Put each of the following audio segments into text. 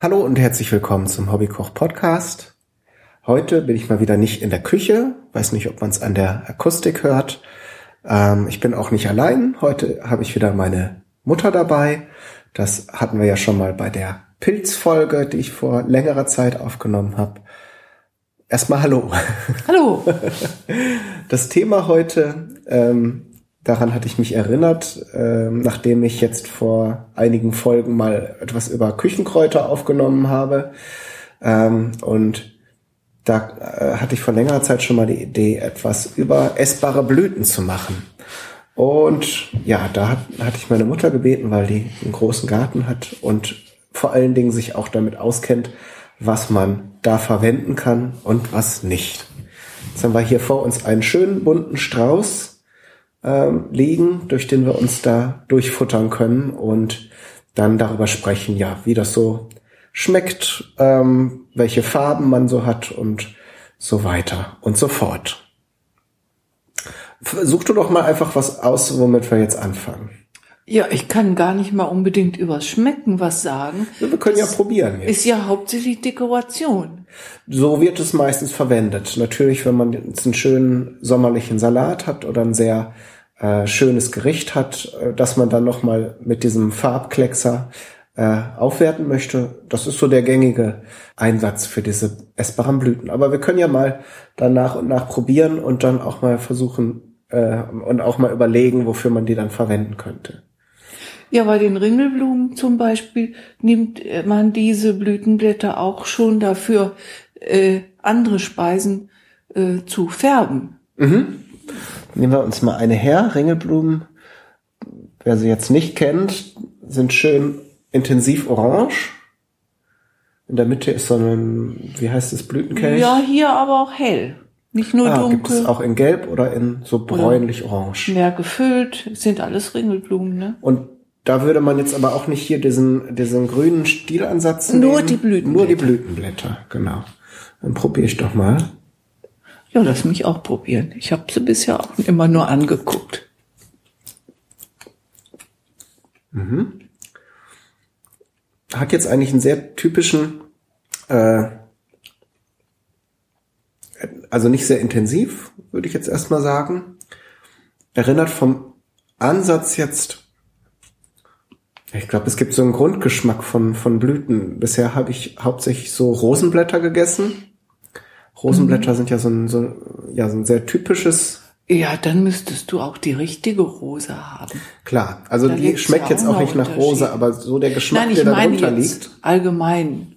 Hallo und herzlich willkommen zum Hobbykoch-Podcast. Heute bin ich mal wieder nicht in der Küche, weiß nicht, ob man es an der Akustik hört. Ich bin auch nicht allein. Heute habe ich wieder meine Mutter dabei. Das hatten wir ja schon mal bei der Pilzfolge, die ich vor längerer Zeit aufgenommen habe. Erstmal hallo. Hallo. Das Thema heute, daran hatte ich mich erinnert, nachdem ich jetzt vor einigen Folgen mal etwas über Küchenkräuter aufgenommen habe. Und da hatte ich vor längerer Zeit schon mal die Idee, etwas über essbare Blüten zu machen. Und ja, da hatte ich meine Mutter gebeten, weil die einen großen Garten hat und vor allen Dingen sich auch damit auskennt, was man da verwenden kann und was nicht. Jetzt haben wir hier vor uns einen schönen bunten Strauß liegen, durch den wir uns da durchfuttern können und dann darüber sprechen, ja, wie das so schmeckt, welche Farben man so hat und so weiter und so fort. Such du doch mal einfach was aus, womit wir jetzt anfangen. Ja, ich kann gar nicht mal unbedingt übers Schmecken was sagen. Ja, wir können ja probieren jetzt. Ist ja hauptsächlich Dekoration. So wird es meistens verwendet. Natürlich, wenn man jetzt einen schönen sommerlichen Salat hat oder ein sehr schönes Gericht hat, dass man dann nochmal mit diesem Farbkleckser aufwerten möchte. Das ist so der gängige Einsatz für diese essbaren Blüten. Aber wir können ja mal dann nach und nach probieren und dann auch mal versuchen und auch mal überlegen, wofür man die dann verwenden könnte. Ja, bei den Ringelblumen zum Beispiel nimmt man diese Blütenblätter auch schon dafür, andere Speisen zu färben. Mhm. Nehmen wir uns mal eine her. Ringelblumen, wer sie jetzt nicht kennt, sind schön intensiv orange. In der Mitte ist so ein, wie heißt das, Blütenkelch? Ja, hier aber auch hell. Nicht nur dunkel. Gibt es auch in gelb oder in so bräunlich-orange? Mehr gefüllt, sind alles Ringelblumen, ne? Und da würde man jetzt aber auch nicht hier diesen grünen Stielansatz nehmen. Nur die Blütenblätter. Nur die Blütenblätter, genau. Dann probiere ich doch mal. Ja, lass mich auch probieren. Ich habe sie bisher auch immer nur angeguckt. Mhm. Hat jetzt eigentlich einen sehr typischen, also nicht sehr intensiv, würde ich jetzt erstmal sagen. Erinnert vom Ansatz jetzt, ich glaube, es gibt so einen Grundgeschmack von Blüten. Bisher habe ich hauptsächlich so Rosenblätter gegessen. Rosenblätter sind ja so ein sehr typisches. Ja, dann müsstest du auch die richtige Rose haben. Klar, also Da die schmeckt ja jetzt auch nicht nach Rose, aber so der Geschmack, Nein, der ich meine darunter jetzt liegt. allgemein.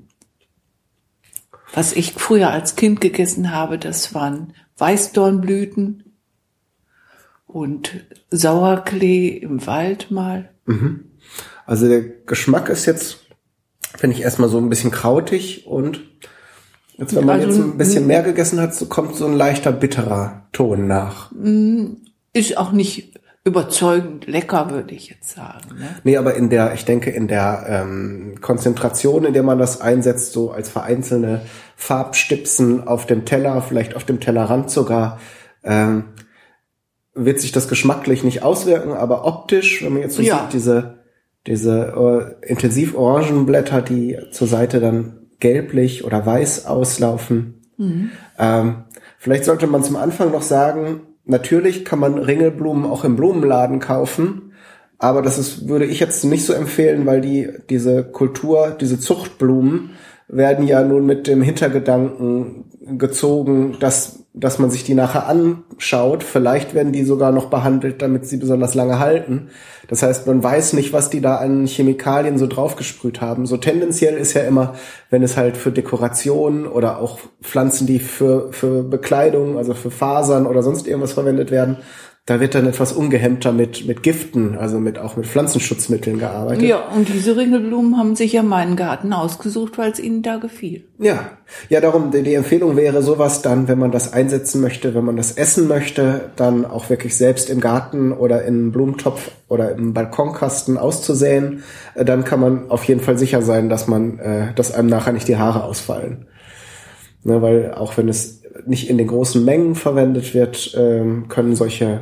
Was ich früher als Kind gegessen habe, das waren Weißdornblüten und Sauerklee im Wald mal. Mhm. Also der Geschmack ist jetzt, finde ich, erstmal so ein bisschen krautig und jetzt, wenn man jetzt ein bisschen mehr gegessen hat, so kommt so ein leichter bitterer Ton nach. Ist auch nicht überzeugend lecker, würde ich jetzt sagen. Ne? Nee, aber ich denke, in der Konzentration, in der man das einsetzt, so als vereinzelte Farbstipsen auf dem Teller, vielleicht auf dem Tellerrand sogar, wird sich das geschmacklich nicht auswirken, aber optisch, wenn man jetzt so sieht, diese intensiv orangen Blätter, die zur Seite dann gelblich oder weiß auslaufen. Mhm. Vielleicht sollte man zum Anfang noch sagen, natürlich kann man Ringelblumen auch im Blumenladen kaufen, aber würde ich jetzt nicht so empfehlen, weil diese Zuchtblumen werden ja nun mit dem Hintergedanken gezogen, dass man sich die nachher anschaut. Vielleicht werden die sogar noch behandelt, damit sie besonders lange halten. Das heißt, man weiß nicht, was die da an Chemikalien so draufgesprüht haben. So tendenziell ist ja immer, wenn es halt für Dekoration oder auch Pflanzen, die für Bekleidung, also für Fasern oder sonst irgendwas verwendet werden, da wird dann etwas ungehemmter mit Giften, also auch mit Pflanzenschutzmitteln gearbeitet. Ja, und diese Ringelblumen haben sich ja meinen Garten ausgesucht, weil es ihnen da gefiel. Ja, darum, die Empfehlung wäre sowas dann, wenn man das einsetzen möchte, wenn man das essen möchte, dann auch wirklich selbst im Garten oder in einem Blumentopf oder im Balkonkasten auszusäen. Dann kann man auf jeden Fall sicher sein, dass einem nachher nicht die Haare ausfallen. Ne, weil auch wenn es nicht in den großen Mengen verwendet wird, können solche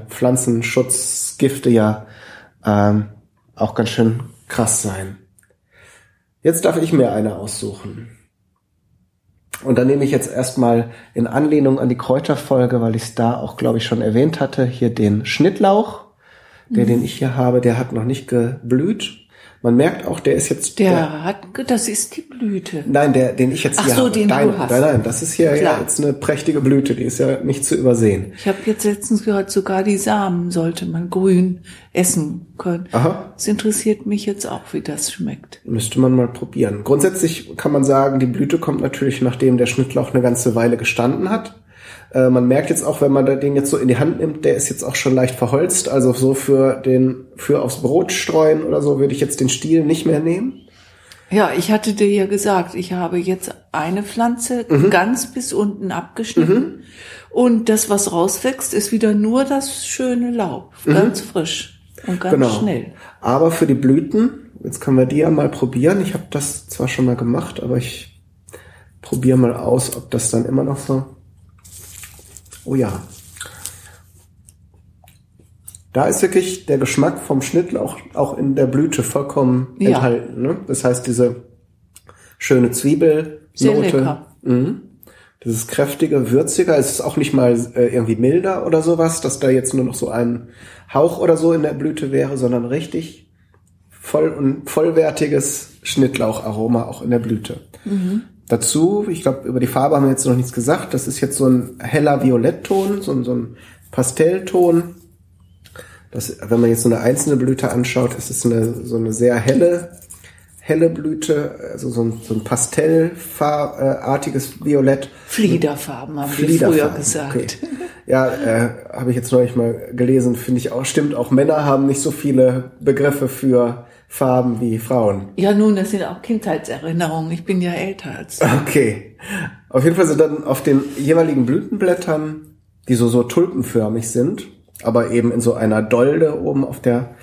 Pflanzenschutzgifte ja auch ganz schön krass sein. Jetzt darf ich mir eine aussuchen. Und dann nehme ich jetzt erstmal in Anlehnung an die Kräuterfolge, weil ich es da auch, glaube ich, schon erwähnt hatte, hier den Schnittlauch. Den ich hier habe, der hat noch nicht geblüht. Man merkt auch, der ist jetzt... Das ist die Blüte. Nein, den ich jetzt hier habe. Den du hast. Nein, das ist hier ja jetzt eine prächtige Blüte, die ist ja nicht zu übersehen. Ich habe jetzt letztens gehört, sogar die Samen sollte man grün essen können. Aha. Es interessiert mich jetzt auch, wie das schmeckt. Müsste man mal probieren. Grundsätzlich kann man sagen, die Blüte kommt natürlich, nachdem der Schnittlauch eine ganze Weile gestanden hat. Man merkt jetzt auch, wenn man den jetzt so in die Hand nimmt, der ist jetzt auch schon leicht verholzt. Also so für aufs Brot streuen oder so würde ich jetzt den Stiel nicht mehr nehmen. Ja, ich hatte dir ja gesagt, ich habe jetzt eine Pflanze ganz bis unten abgeschnitten. Und das, was rauswächst, ist wieder nur das schöne Laub. Ganz frisch und ganz schnell. Aber für die Blüten, jetzt können wir die ja mal probieren. Ich habe das zwar schon mal gemacht, aber ich probiere mal aus, ob das dann immer noch so... Oh ja. Da ist wirklich der Geschmack vom Schnittlauch auch in der Blüte vollkommen enthalten. Ne? Das heißt, diese schöne Zwiebelnote. Sehr lecker. Dieses kräftige, würzige. Es ist auch nicht mal irgendwie milder oder sowas, dass da jetzt nur noch so ein Hauch oder so in der Blüte wäre, sondern richtig vollwertiges Schnittlaucharoma auch in der Blüte. Dazu, ich glaube, über die Farbe haben wir jetzt noch nichts gesagt. Das ist jetzt so ein heller Violettton, so ein Pastellton. Wenn man jetzt so eine einzelne Blüte anschaut, ist es so eine sehr helle Blüte, also so ein pastellartiges Violett. Fliederfarben haben wir früher gesagt. Okay. Ja, habe ich jetzt neulich mal gelesen, finde ich auch, stimmt, auch Männer haben nicht so viele Begriffe für Farben wie Frauen. Ja, nun, das sind auch Kindheitserinnerungen. Ich bin ja älter als du. Okay. Auf jeden Fall sind dann auf den jeweiligen Blütenblättern, die so tulpenförmig sind, aber eben in so einer Dolde oben auf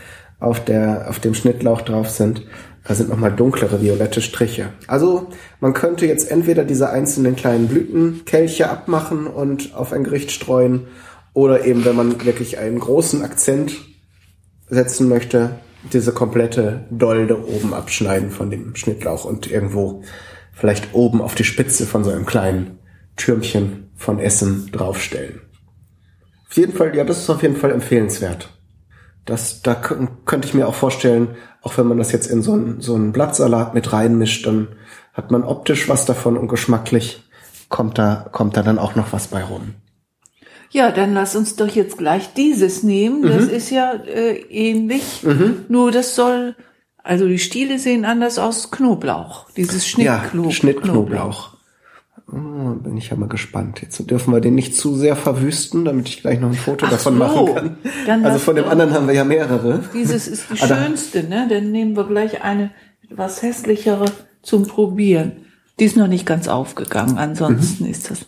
dem Schnittlauch drauf sind, da sind nochmal dunklere violette Striche. Also man könnte jetzt entweder diese einzelnen kleinen Blütenkelche abmachen und auf ein Gericht streuen, oder eben, wenn man wirklich einen großen Akzent setzen möchte, diese komplette Dolde oben abschneiden von dem Schnittlauch und irgendwo vielleicht oben auf die Spitze von so einem kleinen Türmchen von Essen draufstellen. Auf jeden Fall, ja, das ist auf jeden Fall empfehlenswert. Da könnte ich mir auch vorstellen, auch wenn man das jetzt in so einen Blattsalat mit reinmischt, dann hat man optisch was davon und geschmacklich kommt da dann auch noch was bei rum. Ja, dann lass uns doch jetzt gleich dieses nehmen. Das ist ja ähnlich, nur also die Stiele sehen anders aus, Knoblauch, dieses Schnittknoblauch. Ja, Schnittknoblauch. Oh, bin ich ja mal gespannt. Jetzt dürfen wir den nicht zu sehr verwüsten, damit ich gleich noch ein Foto davon machen kann. Also von dem anderen haben wir ja mehrere. Dieses ist die schönste, ne? Dann nehmen wir gleich eine etwas hässlichere zum Probieren. Die ist noch nicht ganz aufgegangen, ansonsten ist das...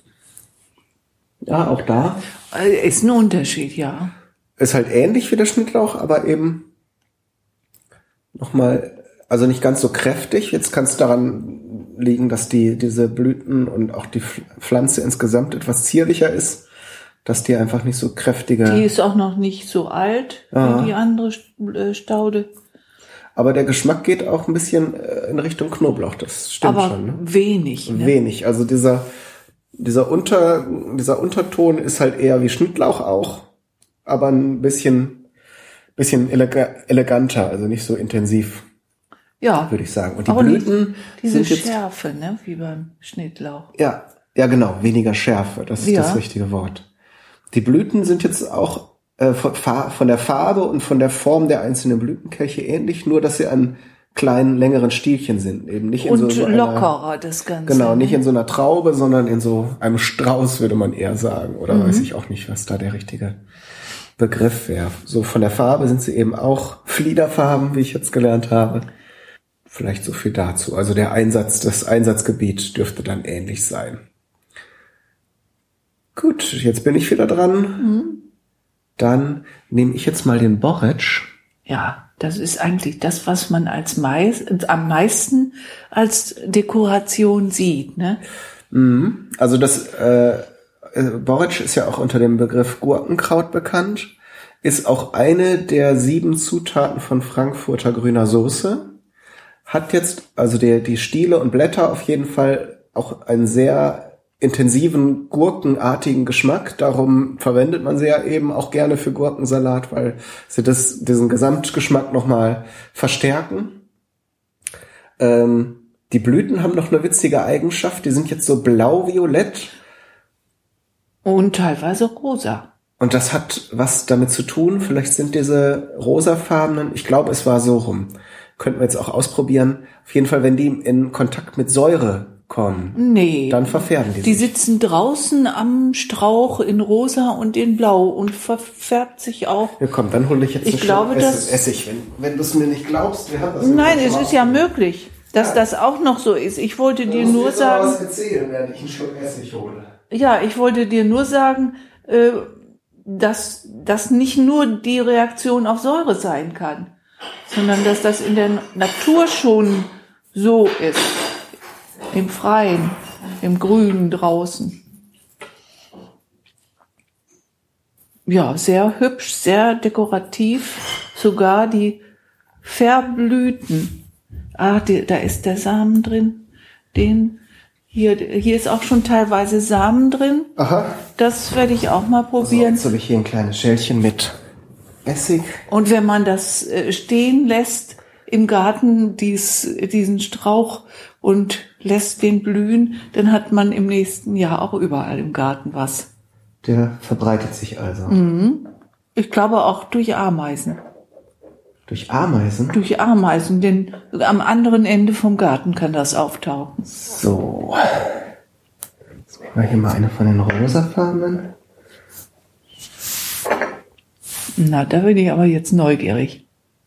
Ja, auch da. Ist ein Unterschied, ja. Ist halt ähnlich wie der Schnittlauch, aber eben nochmal, also nicht ganz so kräftig. Jetzt kann es daran liegen, dass diese Blüten und auch die Pflanze insgesamt etwas zierlicher ist, dass die einfach nicht so kräftige... Die ist auch noch nicht so alt wie die andere Staude. Aber der Geschmack geht auch ein bisschen in Richtung Knoblauch, das stimmt aber schon. Ne? Wenig. Ne? Wenig, also dieser Unterton ist halt eher wie Schnittlauch auch, aber ein bisschen eleganter, also nicht so intensiv, würde ich sagen. Und die Blüten diese Schärfe, ne, wie beim Schnittlauch. Ja, genau, weniger Schärfe, das ist das richtige Wort. Die Blüten sind jetzt auch von der Farbe und von der Form der einzelnen Blütenkelche ähnlich, nur dass sie an kleinen, längeren Stielchen sind, eben nicht in so einer, lockerer das Ganze. Genau, nicht in so einer Traube, sondern in so einem Strauß, würde man eher sagen. Oder weiß ich auch nicht, was da der richtige Begriff wäre. So von der Farbe sind sie eben auch Fliederfarben, wie ich jetzt gelernt habe. Vielleicht so viel dazu. Also das Einsatzgebiet dürfte dann ähnlich sein. Gut, jetzt bin ich wieder dran. Dann nehme ich jetzt mal den Borretsch. Ja. Das ist eigentlich das, was man am meisten als Dekoration sieht, ne? Also das Borretsch ist ja auch unter dem Begriff Gurkenkraut bekannt, ist auch eine der 7 Zutaten von Frankfurter grüner Soße. hat jetzt, also die Stiele und Blätter auf jeden Fall auch einen sehr intensiven, gurkenartigen Geschmack. Darum verwendet man sie ja eben auch gerne für Gurkensalat, weil sie diesen Gesamtgeschmack nochmal verstärken. Die Blüten haben noch eine witzige Eigenschaft. Die sind jetzt so blau-violett. Und teilweise rosa. Und das hat was damit zu tun. Vielleicht sind diese rosafarbenen, ich glaube, es war so rum. Könnten wir jetzt auch ausprobieren. Auf jeden Fall, wenn die in Kontakt mit Säure kommen, dann verfärben die sich. Die sitzen draußen am Strauch in rosa und in blau und verfärbt sich auch. Ja komm, dann hole ich jetzt Essig. Wenn du es mir nicht glaubst, wir haben das. Nein, es ist ja möglich, dass das auch noch so ist. Ich wollte dir nur sagen. Was erzählen, während ich einen Schluck Essig hole. Ja, ich wollte dir nur sagen, dass das nicht nur die Reaktion auf Säure sein kann, sondern dass das in der Natur schon so ist. Im Freien, im Grünen draußen. Ja, sehr hübsch, sehr dekorativ. Sogar die Fährblüten. Da ist der Samen drin. Hier ist auch schon teilweise Samen drin. Aha. Das werde ich auch mal probieren. So, jetzt habe ich hier ein kleines Schälchen mit Essig. Und wenn man das stehen lässt im Garten, diesen Strauch, und lässt den blühen, dann hat man im nächsten Jahr auch überall im Garten was. Der verbreitet sich also. Mhm. Ich glaube auch durch Ameisen. Durch Ameisen? Durch Ameisen, denn am anderen Ende vom Garten kann das auftauchen. So. Jetzt nehmen wir hier mal eine von den rosafarbenen. Na, da bin ich aber jetzt neugierig.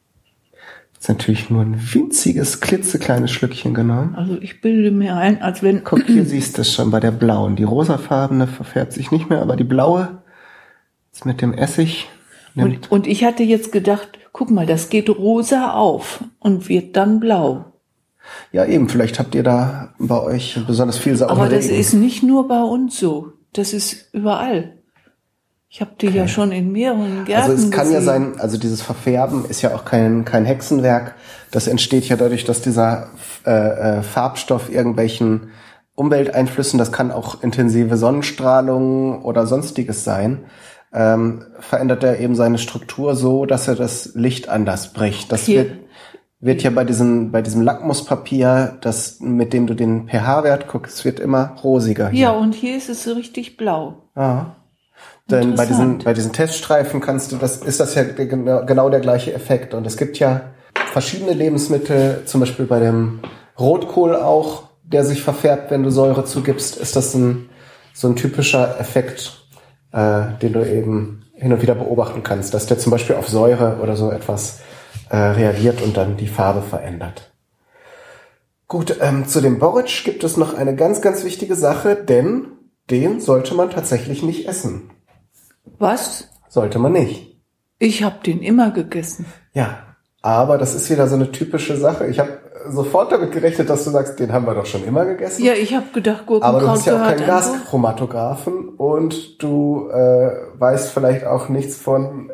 Jetzt natürlich nur ein winziges, klitzekleines Schlückchen genommen. Also ich bilde mir ein, als wenn... Guck, hier siehst du es schon bei der blauen. Die rosafarbene verfärbt sich nicht mehr, aber die blaue ist mit dem Essig... Und ich hatte jetzt gedacht, guck mal, das geht rosa auf und wird dann blau. Ja, eben, vielleicht habt ihr da bei euch besonders viel saure Aber das Regen. ist nicht nur bei uns so. Das ist überall. Ich habe die ja schon in mehreren Gärten Also es kann gesehen. ja sein, also dieses Verfärben ist ja auch kein Hexenwerk. Das entsteht ja dadurch, dass dieser Farbstoff irgendwelchen Umwelteinflüssen, das kann auch intensive Sonnenstrahlung oder sonstiges sein, verändert er eben seine Struktur so, dass er das Licht anders bricht. Das wird ja bei diesem Lackmuspapier, mit dem du den pH-Wert guckst, es wird immer rosiger. Ja, und hier ist es so richtig blau. Ja. Denn bei diesen Teststreifen ist das ja genau der gleiche Effekt. Und es gibt ja verschiedene Lebensmittel, zum Beispiel bei dem Rotkohl auch, der sich verfärbt, wenn du Säure zugibst, ist das so ein typischer Effekt, den du eben hin und wieder beobachten kannst, dass der zum Beispiel auf Säure oder so etwas reagiert und dann die Farbe verändert. Gut, zu dem Borretsch gibt es noch eine ganz, ganz wichtige Sache, denn den sollte man tatsächlich nicht essen. Was? Sollte man nicht. Ich habe den immer gegessen. Ja, aber das ist wieder so eine typische Sache. Ich habe sofort damit gerechnet, dass du sagst, den haben wir doch schon immer gegessen. Ja, ich habe gedacht, Gurkenkraut aber du hast ja auch keinen gehört Gaschromatographen und du weißt vielleicht auch nichts von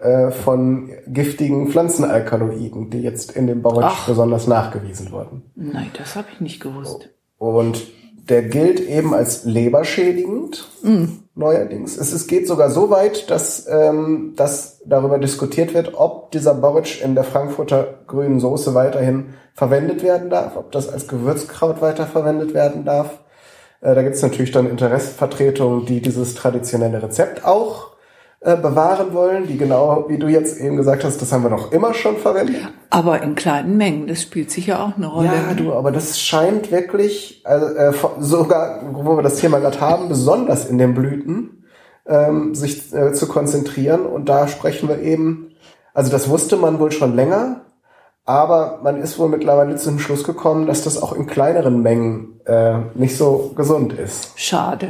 giftigen Pflanzenalkaloiden, die jetzt in dem Borretsch besonders nachgewiesen wurden. Nein, das habe ich nicht gewusst. Und der gilt eben als leberschädigend, neuerdings. Es geht sogar so weit, dass darüber diskutiert wird, ob dieser Borretsch in der Frankfurter grünen Soße weiterhin verwendet werden darf, ob das als Gewürzkraut weiterverwendet werden darf. Da gibt es natürlich dann Interessenvertretungen, die dieses traditionelle Rezept auch bewahren wollen, die genau, wie du jetzt eben gesagt hast, das haben wir doch immer schon verwendet. Aber in kleinen Mengen, das spielt sicher auch eine Rolle. Ja, aber das scheint wirklich, sogar, wo wir das Thema gerade haben, besonders in den Blüten, sich zu konzentrieren. Und da sprechen wir eben, also das wusste man wohl schon länger, aber man ist wohl mittlerweile zu dem Schluss gekommen, dass das auch in kleineren Mengen nicht so gesund ist. Schade.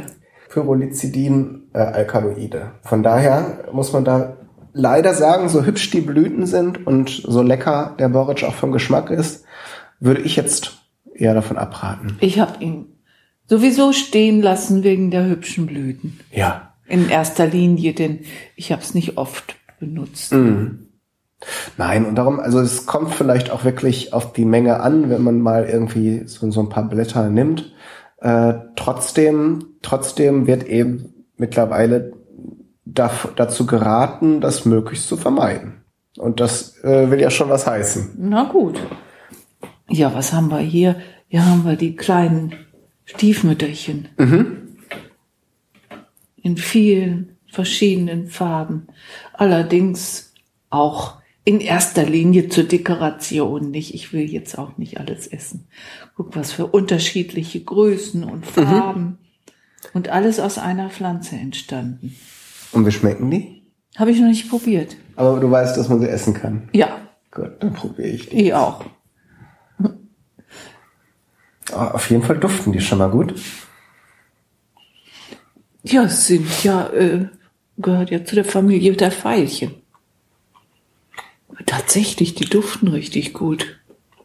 Pyrrolizidin-Alkaloide. Von daher muss man da leider sagen, so hübsch die Blüten sind und so lecker der Borretsch auch vom Geschmack ist, würde ich jetzt eher davon abraten. Ich habe ihn sowieso stehen lassen wegen der hübschen Blüten. Ja. In erster Linie, denn ich habe es nicht oft benutzt. Mhm. Nein, und darum, also es kommt vielleicht auch wirklich auf die Menge an, wenn man mal irgendwie so ein paar Blätter nimmt. Trotzdem wird eben mittlerweile dazu geraten, das möglichst zu vermeiden. Und das will ja schon was heißen. Na gut. Ja, was haben wir hier? Hier haben wir die kleinen Stiefmütterchen. In vielen verschiedenen Farben. Allerdings auch in erster Linie zur Dekoration nicht. Ich will jetzt auch nicht alles essen. Guck, was für unterschiedliche Größen und Farben. Und alles aus einer Pflanze entstanden. Und wie schmecken die? Habe ich noch nicht probiert. Aber du weißt, dass man sie essen kann. Ja. Gut, dann probiere ich die. Ich auch. Auf jeden Fall duften die schon mal gut. Ja, es sind ja, gehört ja zu der Familie der Veilchen. Tatsächlich, die duften richtig gut.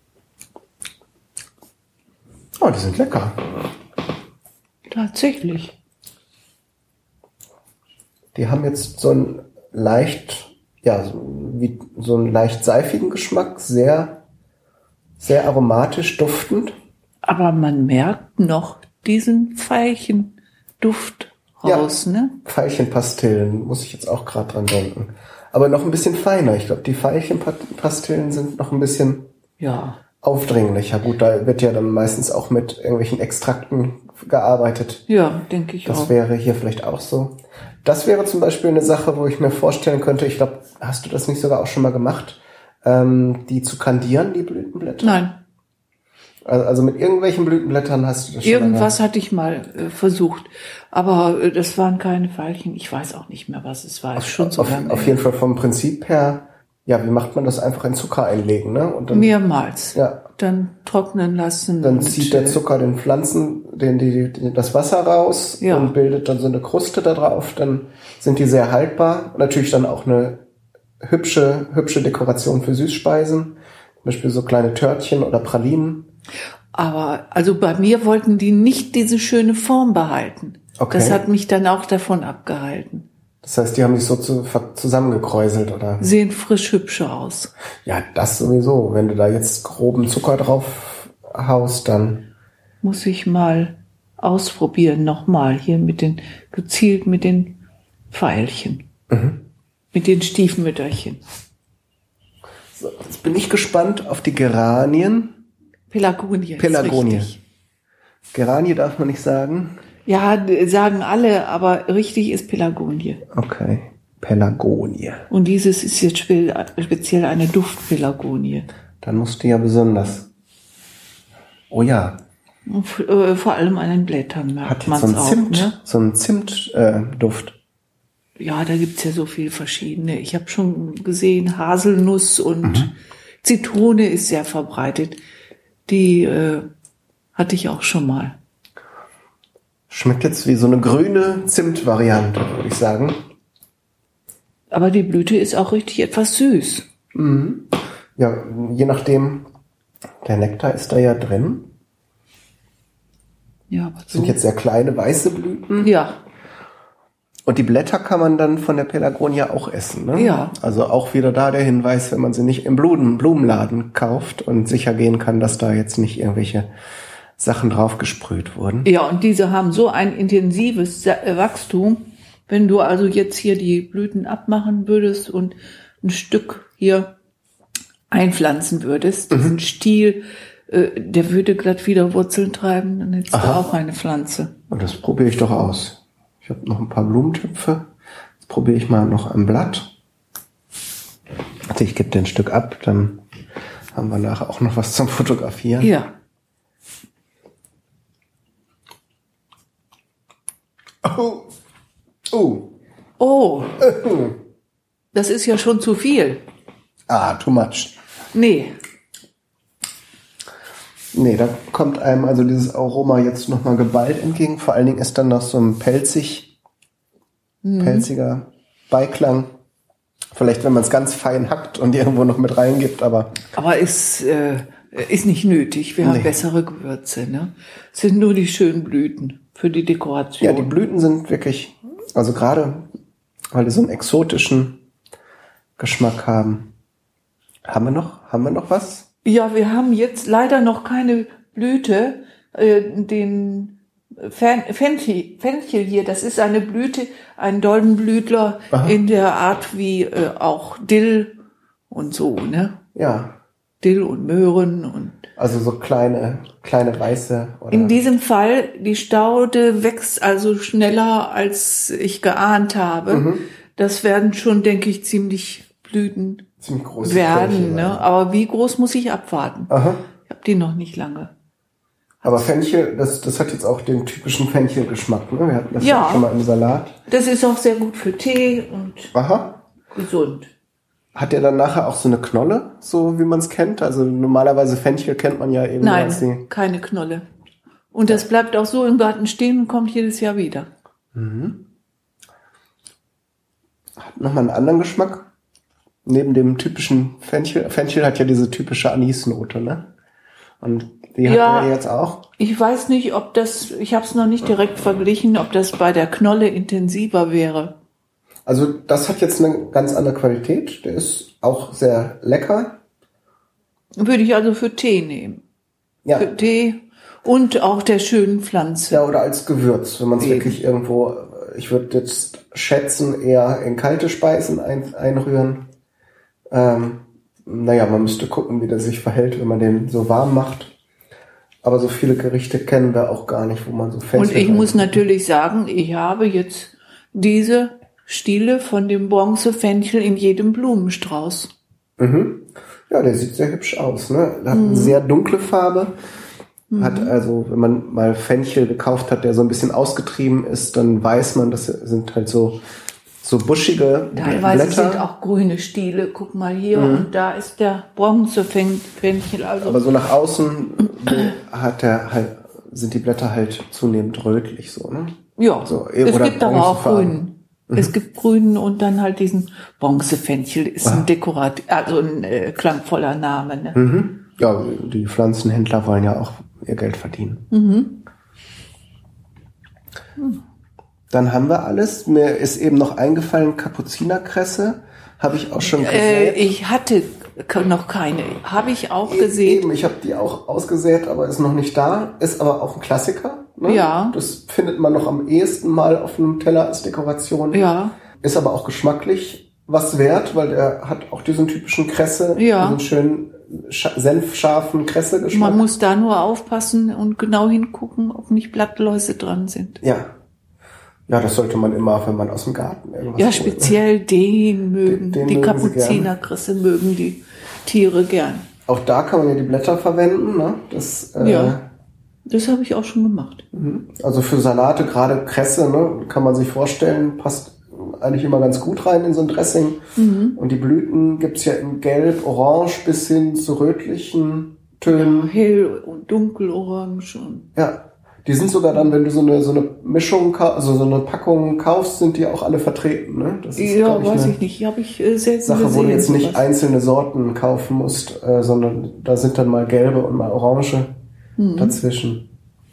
Oh, die sind lecker. Tatsächlich. Die haben jetzt so einen leicht, so einen leicht seifigen Geschmack, sehr, sehr aromatisch duftend. Aber man merkt noch diesen Veilchenduft raus, ne? Veilchenpastillen, muss ich jetzt auch gerade dran denken. Aber noch ein bisschen feiner. Ich glaube, die Veilchenpastillen sind noch ein bisschen aufdringlicher. Gut, da wird ja dann meistens auch mit irgendwelchen Extrakten gearbeitet. Ja, denke ich auch. Das wäre hier vielleicht auch so. Das wäre zum Beispiel eine Sache, wo ich mir vorstellen könnte, ich glaube, hast du das nicht sogar auch schon mal gemacht, die zu kandieren, die Blütenblätter? Nein. Also mit irgendwelchen Blütenblättern hast du das schon mal gemacht? Irgendwas hatte ich mal versucht, aber das waren keine Veilchen. Ich weiß auch nicht mehr, was es war. Auf jeden Fall vom Prinzip her, ja, wie macht man das? Einfach in Zucker einlegen, ne? Und dann, mehrmals. Ja. Dann trocknen lassen. Dann zieht der Zucker den Pflanzen das Wasser raus und bildet dann so eine Kruste da drauf. Dann sind die sehr haltbar. Natürlich dann auch eine hübsche Dekoration für Süßspeisen. Zum Beispiel so kleine Törtchen oder Pralinen. Aber also bei mir wollten die nicht diese schöne Form behalten. Okay. Das hat mich dann auch davon abgehalten. Das heißt, die haben sich so zusammengekräuselt, oder? Sehen frisch hübsche aus. Ja, das sowieso. Wenn du da jetzt groben Zucker drauf haust, dann muss ich mal ausprobieren, nochmal hier gezielt mit den Veilchen. Mit den Stiefmütterchen. So, jetzt bin ich gespannt auf die Geranien. Pelargonie. Geranie darf man nicht sagen. Ja, sagen alle, aber richtig ist Pelargonie. Okay, Pelargonie. Und dieses ist jetzt speziell eine Duftpelargonie. Dann musst du ja besonders. Oh ja. Vor allem an den Blättern merkt man es auch. So ein Zimtduft. Ja, da gibt's ja so viele verschiedene. Ich habe schon gesehen, Haselnuss und Zitrone ist sehr verbreitet. Die hatte ich auch schon mal. Schmeckt jetzt wie so eine grüne Zimt-Variante, würde ich sagen. Aber die Blüte ist auch richtig etwas süß. Ja, je nachdem, der Nektar ist da ja drin. Ja, aber das sind jetzt sehr kleine weiße Blüten. Ja. Und die Blätter kann man dann von der Pelargonie auch essen, ne? Ja. Also auch wieder da der Hinweis, wenn man sie nicht im Blumenladen kauft und sicher gehen kann, dass da jetzt nicht irgendwelche Sachen drauf gesprüht wurden. Ja, und diese haben so ein intensives Wachstum. Wenn du also jetzt hier die Blüten abmachen würdest und ein Stück hier einpflanzen würdest, diesen Stiel, der würde glatt wieder Wurzeln treiben, dann hättest du auch eine Pflanze. Und das probiere ich doch aus. Ich habe noch ein paar Blumentöpfe. Jetzt probiere ich mal noch ein Blatt. Also ich gebe den Stück ab, dann haben wir nachher auch noch was zum Fotografieren. Ja. Oh. Das ist ja schon zu viel. Too much. Nee, da kommt einem also dieses Aroma jetzt nochmal geballt entgegen. Vor allen Dingen ist dann noch so ein pelziger Beiklang. Vielleicht, wenn man es ganz fein hackt und irgendwo noch mit reingibt, aber ist nicht nötig. Wir haben bessere Gewürze, ne? Es sind nur die schönen Blüten für die Dekoration. Ja, die Blüten sind wirklich, also gerade, weil die so einen exotischen Geschmack haben, Haben wir noch was? Ja, wir haben jetzt leider noch keine Blüte. Den Fenchel hier, das ist eine Blüte, ein Doldenblütler. Aha. In der Art wie auch Dill und so, ne? Ja. Dill und Möhren und. Also so kleine weiße. Oder? In diesem Fall, die Staude wächst also schneller, als ich geahnt habe. Mhm. Das werden schon, denke ich, ziemlich Blüten groß werden, ne? Aber wie groß muss ich abwarten? Aha. Ich habe die noch nicht lange. Aber Fenchel, das hat jetzt auch den typischen Fenchelgeschmack, ne? Wir hatten das ja schon mal im Salat. Das ist auch sehr gut für Tee und gesund. Hat der dann nachher auch so eine Knolle, so wie man es kennt? Also normalerweise Fenchel kennt man ja eben. Nein, keine Knolle. Und das bleibt auch so im Garten stehen und kommt jedes Jahr wieder. Mhm. Hat nochmal einen anderen Geschmack. Neben dem typischen Fenchel. Fenchel hat ja diese typische Anisnote, ne? Und die hat er jetzt auch. Ich weiß nicht, ich habe es noch nicht direkt verglichen, ob das bei der Knolle intensiver wäre. Also das hat jetzt eine ganz andere Qualität. Der ist auch sehr lecker. Würde ich also für Tee nehmen. Ja. Für Tee und auch der schönen Pflanze. Ja, oder als Gewürz, wenn man es wirklich irgendwo, ich würde jetzt schätzen, eher in kalte Speisen einrühren. Man müsste gucken, wie der sich verhält, wenn man den so warm macht. Aber so viele Gerichte kennen wir auch gar nicht, wo man so fest. Und ich muss natürlich sagen, ich habe jetzt diese Stiele von dem Bronzefenchel in jedem Blumenstrauß. Mhm. Ja, der sieht sehr hübsch aus, ne? Hat eine sehr dunkle Farbe. Hat also, wenn man mal Fenchel gekauft hat, der so ein bisschen ausgetrieben ist, dann weiß man, das sind halt so buschige Teilweise Blätter. Sind auch grüne Stiele. Guck mal hier und da ist der Bronzefenchel. Also aber so nach außen sind die Blätter halt zunehmend rötlich, so, ne? Ja, so, es gibt aber auch grünen. Es gibt grünen und dann halt diesen Bronzefenchel, ist ein ein klangvoller Name, ne? Mhm. Ja, die Pflanzenhändler wollen ja auch ihr Geld verdienen. Mhm. Dann haben wir alles. Mir ist eben noch eingefallen, Kapuzinerkresse. Habe ich auch schon gesät. Ich hatte noch keine. Habe ich auch gesät. Eben, ich habe die auch ausgesät, aber ist noch nicht da. Ist aber auch ein Klassiker. Ne? Ja. Das findet man noch am ehesten mal auf einem Teller als Dekoration. Ja. Ist aber auch geschmacklich was wert, weil der hat auch diesen typischen Kresse, diesen schönen senfscharfen Kresse-Geschmack. Man muss da nur aufpassen und genau hingucken, ob nicht Blattläuse dran sind. Ja. Ja, das sollte man immer, wenn man aus dem Garten irgendwas holt. Speziell den mögen, die Kapuzinerkresse mögen die Tiere gern. Auch da kann man ja die Blätter verwenden, ne? Das habe ich auch schon gemacht. Also für Salate, gerade Kresse, ne, kann man sich vorstellen, passt eigentlich immer ganz gut rein in so ein Dressing. Mhm. Und die Blüten gibt's ja in Gelb, Orange bis hin zu rötlichen Tönen. Ja, hell und dunkelorange. Ja. Die sind sogar dann, wenn du so eine Mischung, also so eine Packung kaufst, sind die auch alle vertreten, ne? Das ist, weiß ich nicht. Habe ich selten Sache, gesehen. Wo du jetzt nicht einzelne Sorten kaufen musst, sondern da sind dann mal gelbe und mal orange dazwischen.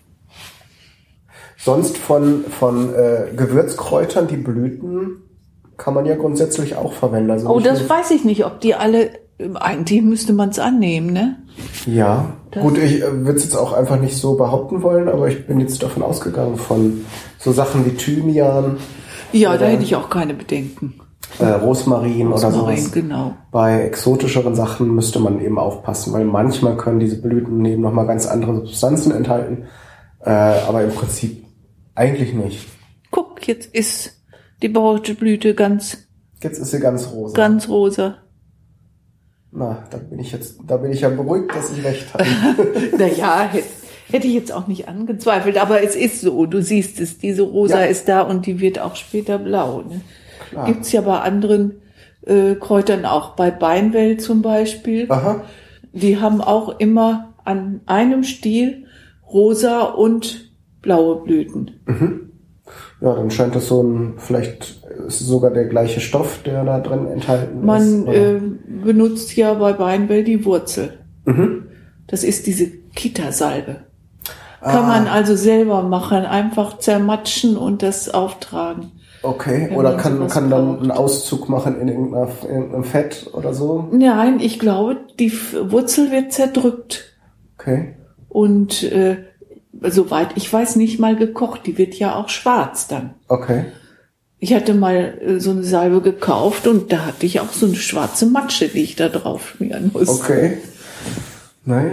Sonst von Gewürzkräutern, die Blüten kann man ja grundsätzlich auch verwenden. Also das weiß ich nicht, ob die alle, eigentlich müsste man es annehmen, ne? Ja, gut, ich würde es jetzt auch einfach nicht so behaupten wollen, aber ich bin jetzt davon ausgegangen von so Sachen wie Thymian. Ja, da hätte ich auch keine Bedenken. Rosmarin oder sowas. Genau. Bei exotischeren Sachen müsste man eben aufpassen, weil manchmal können diese Blüten eben nochmal ganz andere Substanzen enthalten, aber im Prinzip eigentlich nicht. Guck, jetzt ist die Bordeblüte Jetzt ist sie ganz rosa. Ganz rosa. Na, da bin ich ja beruhigt, dass ich recht habe. Naja, hätte ich jetzt auch nicht angezweifelt, aber es ist so, du siehst es, diese Rosa ist da und die wird auch später blau. Ne? Gibt's ja bei anderen Kräutern auch, bei Beinwell zum Beispiel. Aha. Die haben auch immer an einem Stiel rosa und blaue Blüten. Mhm. Ja, dann scheint das vielleicht ist es sogar der gleiche Stoff, der da drin enthalten ist. Man benutzt ja bei Beinwell die Wurzel. Mhm. Das ist diese Kita-Salbe. Kann man also selber machen, einfach zermatschen und das auftragen. Okay, oder kann dann einen Auszug machen in irgendeinem Fett oder so? Nein, ich glaube, die Wurzel wird zerdrückt. Okay. Und soweit ich weiß, nicht mal gekocht. Die wird ja auch schwarz dann. Okay. Ich hatte mal so eine Salbe gekauft und da hatte ich auch so eine schwarze Matsche, die ich da drauf schmieren musste. Okay. Naja.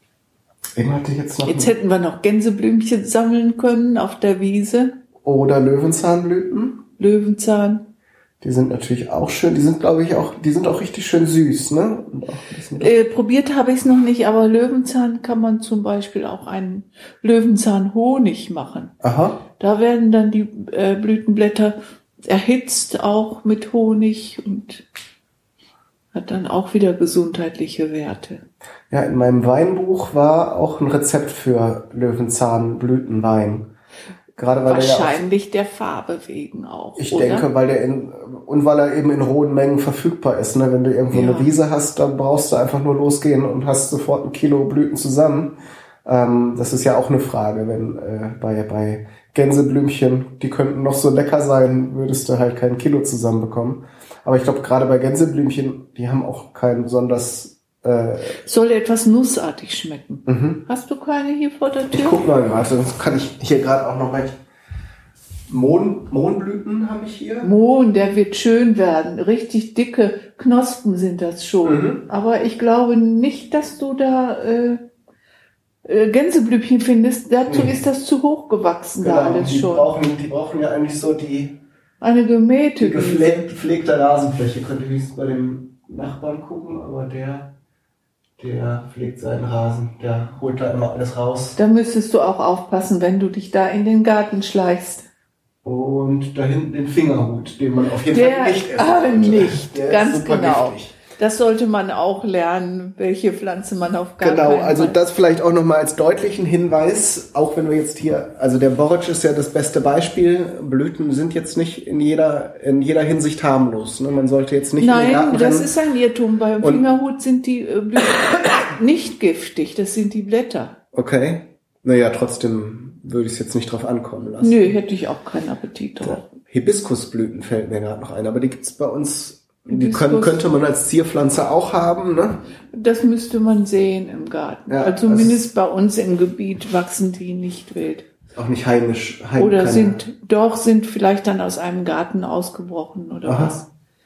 Jetzt hätten wir noch Gänseblümchen sammeln können auf der Wiese. Oder Löwenzahnblüten. Löwenzahn. Die sind natürlich auch schön. Die sind, glaube ich, auch richtig schön süß, ne? Und auch probiert habe ich es noch nicht, aber Löwenzahn kann man zum Beispiel auch einen Löwenzahnhonig machen. Aha. Da werden dann die Blütenblätter erhitzt auch mit Honig und hat dann auch wieder gesundheitliche Werte. Ja, in meinem Weinbuch war auch ein Rezept für Löwenzahnblütenwein. Gerade weil wahrscheinlich der Farbe wegen auch. Ich denke, weil er eben in hohen Mengen verfügbar ist. Ne? Wenn du irgendwo eine Wiese hast, dann brauchst du einfach nur losgehen und hast sofort 1 Kilo Blüten zusammen. Das ist ja auch eine Frage, wenn bei Gänseblümchen, die könnten noch so lecker sein, würdest du halt kein Kilo zusammenbekommen. Aber ich glaube, gerade bei Gänseblümchen, die haben auch kein besonders soll etwas nussartig schmecken. Mhm. Hast du keine hier vor der Tür? Ich guck mal gerade, das kann ich hier gerade auch noch mal. Mohnblüten habe ich hier. Mohn, der wird schön werden. Richtig dicke Knospen sind das schon. Mhm. Aber ich glaube nicht, dass du da Gänseblümchen findest. Dazu ist das zu hoch gewachsen, genau, da alles schon. Die brauchen ja eigentlich so eine gemähte, gepflegte Rasenfläche. Könnte ich bei dem Nachbarn gucken, aber der pflegt seinen Rasen, der holt da immer alles raus. Da müsstest du auch aufpassen, wenn du dich da in den Garten schleichst. Und da hinten den Fingerhut, den man auf jeden Fall nicht essen sollte. Nicht, der ganz ist super genau. Giftig. Das sollte man auch lernen, welche Pflanze man auf gar keinen Fall. Genau, also das vielleicht auch nochmal als deutlichen Hinweis, auch wenn wir jetzt hier, also der Borretsch ist ja das beste Beispiel, Blüten sind jetzt nicht in jeder Hinsicht harmlos, ne? Man sollte jetzt nicht in den Garten rennen. Nein, das ist ein Irrtum. Beim Fingerhut sind die Blüten nicht giftig, das sind die Blätter. Okay, naja, trotzdem würde ich es jetzt nicht drauf ankommen lassen. Nö, hätte ich auch keinen Appetit drauf. Ja. Hibiskusblüten fällt mir gerade noch ein, aber die gibt's bei uns. Die könnte man als Zierpflanze auch haben, ne? Das müsste man sehen im Garten. Ja, also zumindest bei uns im Gebiet wachsen die nicht wild. Auch nicht heimisch. Oder sind vielleicht dann aus einem Garten ausgebrochen oder was.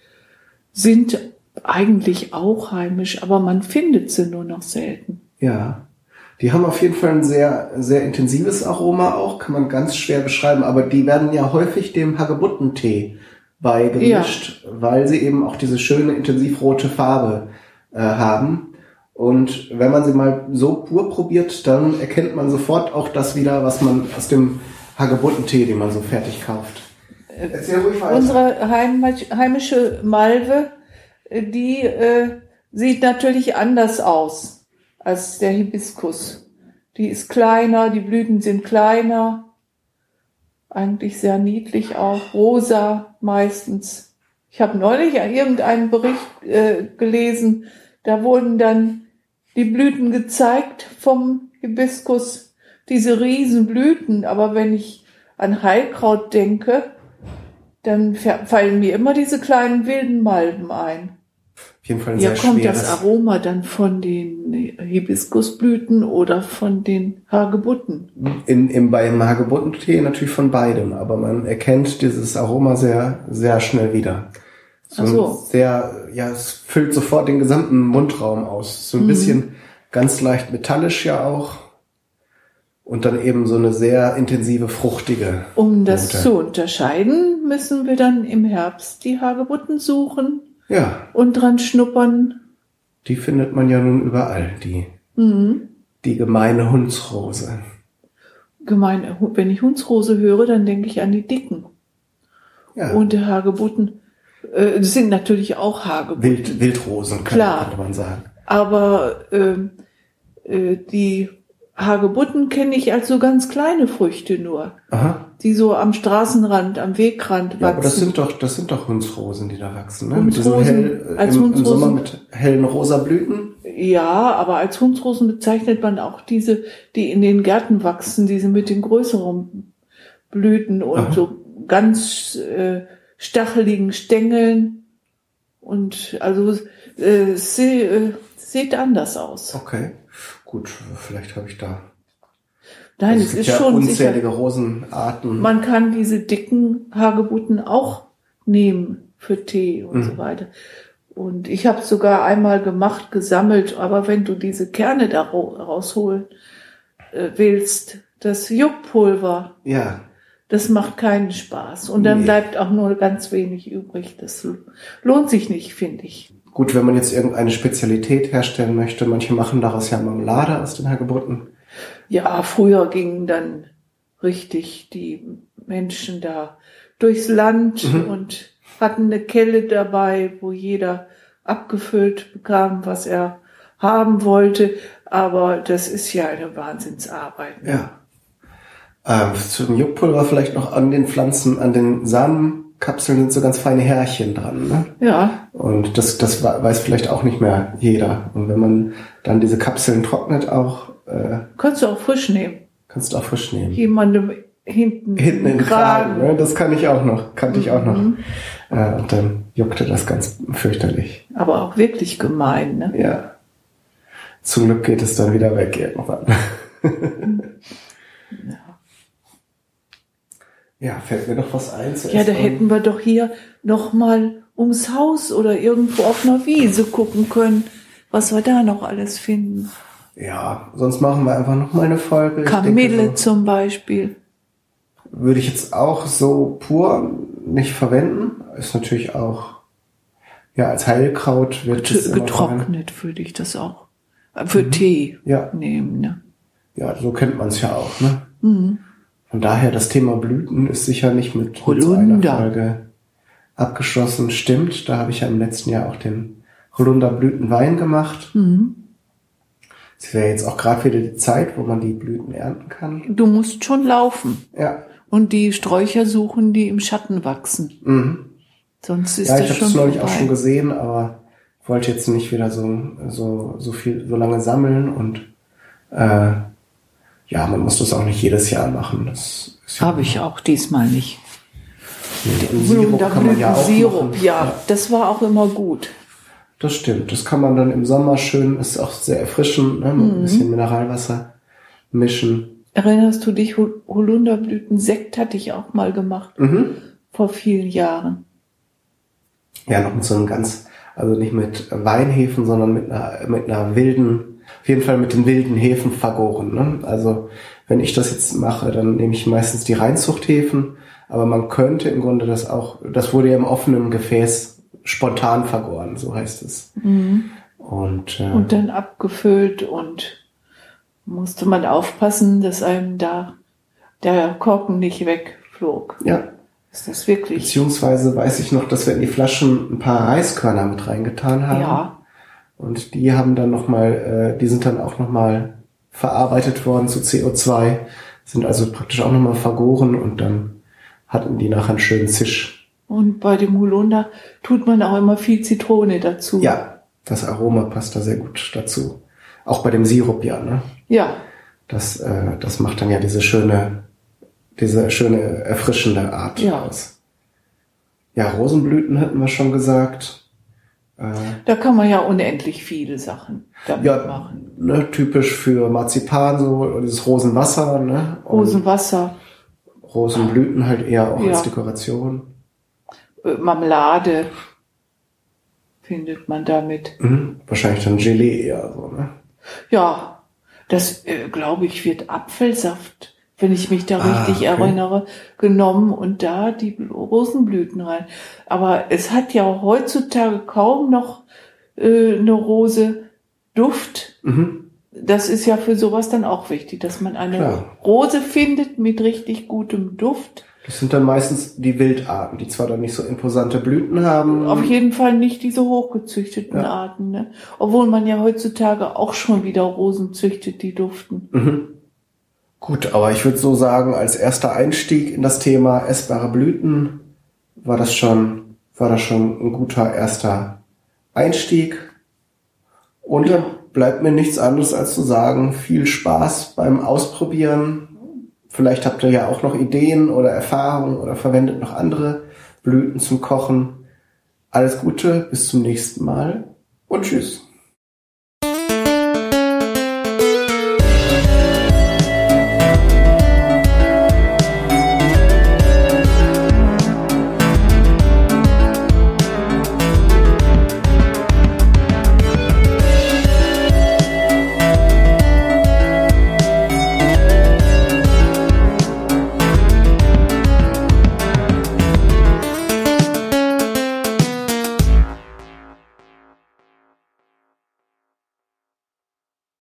Sind eigentlich auch heimisch, aber man findet sie nur noch selten. Ja. Die haben auf jeden Fall ein sehr, sehr intensives Aroma auch, kann man ganz schwer beschreiben, aber die werden ja häufig dem Hagebuttentee beigemischt, weil sie eben auch diese schöne intensivrote Farbe haben. Und wenn man sie mal so pur probiert, dann erkennt man sofort auch das wieder, was man aus dem Hagebuttentee, den man so fertig kauft. Erzähl ruhig weiter. Unsere heimische Malve, die sieht natürlich anders aus als der Hibiskus. Die ist kleiner, die Blüten sind kleiner. Eigentlich sehr niedlich auch, rosa meistens. Ich habe neulich irgendeinen Bericht gelesen, da wurden dann die Blüten gezeigt vom Hibiskus, diese riesen Blüten. Aber wenn ich an Heilkraut denke, dann fallen mir immer diese kleinen wilden Malven ein. Auf jeden Fall ein sehr kommt das Aroma dann von den Hibiskusblüten oder von den Hagebutten? Beim Hagebuttentee natürlich von beidem, aber man erkennt dieses Aroma sehr, sehr schnell wieder. Es füllt sofort den gesamten Mundraum aus. So ein bisschen ganz leicht metallisch ja auch. Und dann eben so eine sehr intensive, fruchtige Um das Note zu unterscheiden, müssen wir dann im Herbst die Hagebutten suchen. Ja. Und dran schnuppern. Die findet man ja nun überall, die gemeine Hundsrose. Wenn ich Hundsrose höre, dann denke ich an die dicken. Ja. Und die Hagebutten sind natürlich auch Hagebutten. Wildrosen, könnte man sagen. Aber die Hagebutten kenne ich als so ganz kleine Früchte nur. Aha. Die so am Straßenrand, am Wegrand wachsen. Ja, aber das sind doch Hundsrosen, die da wachsen, ne? Mit diesen im Sommer mit hellen rosa Blüten. Ja, aber als Hundsrosen bezeichnet man auch diese, die in den Gärten wachsen, diese mit den größeren Blüten und so ganz stacheligen Stängeln und also es sieht anders aus. Okay, gut, vielleicht habe ich da. Nein, es es gibt ist ja schon unzählige sicher. Rosenarten. Man kann diese dicken Hagebutten auch nehmen für Tee und so weiter. Und ich habe sogar einmal gemacht, gesammelt, aber wenn du diese Kerne da rausholen willst, das Juckpulver, Ja. das macht keinen Spaß. Und dann bleibt auch nur ganz wenig übrig. Das lohnt sich nicht, finde ich. Gut, wenn man jetzt irgendeine Spezialität herstellen möchte, manche machen daraus ja Marmelade aus den Hagebutten. Ja, früher gingen dann richtig die Menschen da durchs Land und hatten eine Kelle dabei, wo jeder abgefüllt bekam, was er haben wollte. Aber das ist ja eine Wahnsinnsarbeit. Ja. Zum Juckpulver vielleicht noch an den Pflanzen, an den Samenkapseln sind so ganz feine Härchen dran. Ne? Ja. Und das weiß vielleicht auch nicht mehr jeder. Und wenn man dann diese Kapseln trocknet auch... Kannst du auch frisch nehmen. Kannst du auch frisch nehmen. Jemandem hinten in den Kragen. Ne? Das kannte ich auch noch. Und dann juckte das ganz fürchterlich. Aber auch wirklich gemein, ne? Ja. Zum Glück geht es dann wieder weg irgendwann. Ja, fällt mir noch was ein. Ja, da hätten wir doch hier noch mal ums Haus oder irgendwo auf einer Wiese gucken können, was wir da noch alles finden. Ja, sonst machen wir einfach noch mal eine Folge. Kamille zum Beispiel. Würde ich jetzt auch so pur nicht verwenden. Ist natürlich auch, ja, als Heilkraut wird es getrocknet würde ich das auch. Für Tee nehmen, ne? Ja, so kennt man es ja auch, ne? Von daher, das Thema Blüten ist sicher nicht mit so einer Folge abgeschlossen. Stimmt, da habe ich ja im letzten Jahr auch den Holunderblütenwein gemacht. Es wäre jetzt auch gerade wieder die Zeit, wo man die Blüten ernten kann. Du musst schon laufen. Ja. Und die Sträucher suchen, die im Schatten wachsen. Sonst ist das schon ich habe es neulich auch schon gesehen, aber wollte jetzt nicht wieder so lange sammeln und man muss das auch nicht jedes Jahr machen. Das habe ich auch diesmal nicht. Den Sirup kann man ja auch machen. Ja, das war auch immer gut. Das stimmt. Das kann man dann im Sommer schön, ist auch sehr erfrischend, ne? Mit ein bisschen Mineralwasser mischen. Erinnerst du dich, Holunderblütensekt hatte ich auch mal gemacht, vor vielen Jahren. Ja, noch mit so einem also nicht mit Weinhefen, sondern mit einer wilden, auf jeden Fall mit den wilden Hefen vergoren, ne? Also, wenn ich das jetzt mache, dann nehme ich meistens die Reinzuchthefen, aber man könnte im Grunde das wurde ja im offenen Gefäß spontan vergoren, so heißt es. Und dann abgefüllt und musste man aufpassen, dass einem da der Korken nicht wegflog. Ja. Ist das wirklich? Beziehungsweise weiß ich noch, dass wir in die Flaschen ein paar Reiskörner mit reingetan haben. Ja. Und die haben dann die sind dann auch nochmal verarbeitet worden zu CO2, sind also praktisch auch nochmal vergoren und dann hatten die nachher einen schönen Zisch. Und bei dem Holunder tut man auch immer viel Zitrone dazu. Ja, das Aroma passt da sehr gut dazu. Auch bei dem Sirup, ja, ne? Ja. Das macht dann ja diese schöne erfrischende Art aus. Ja, Rosenblüten hatten wir schon gesagt. Da kann man ja unendlich viele Sachen damit machen. Ne, typisch für Marzipan, so dieses Rosenwasser, ne? Rosenwasser. Rosenblüten halt eher auch als Dekoration. Marmelade findet man damit. Wahrscheinlich dann Gelee eher so, ne? Ja, das glaube ich wird Apfelsaft, wenn ich mich da richtig erinnere, genommen und da die Rosenblüten rein. Aber es hat ja heutzutage kaum noch eine Rose Duft. Das ist ja für sowas dann auch wichtig, dass man eine Rose findet mit richtig gutem Duft. Das sind dann meistens die Wildarten, die zwar dann nicht so imposante Blüten haben. Auf jeden Fall nicht diese hochgezüchteten Arten, ne? Obwohl man ja heutzutage auch schon wieder Rosen züchtet, die duften. Gut, aber ich würde so sagen, als erster Einstieg in das Thema essbare Blüten war das schon ein guter erster Einstieg. Und dann bleibt mir nichts anderes als zu sagen, viel Spaß beim Ausprobieren Vielleicht habt ihr ja auch noch Ideen oder Erfahrungen oder verwendet noch andere Blüten zum Kochen. Alles Gute, bis zum nächsten Mal und tschüss.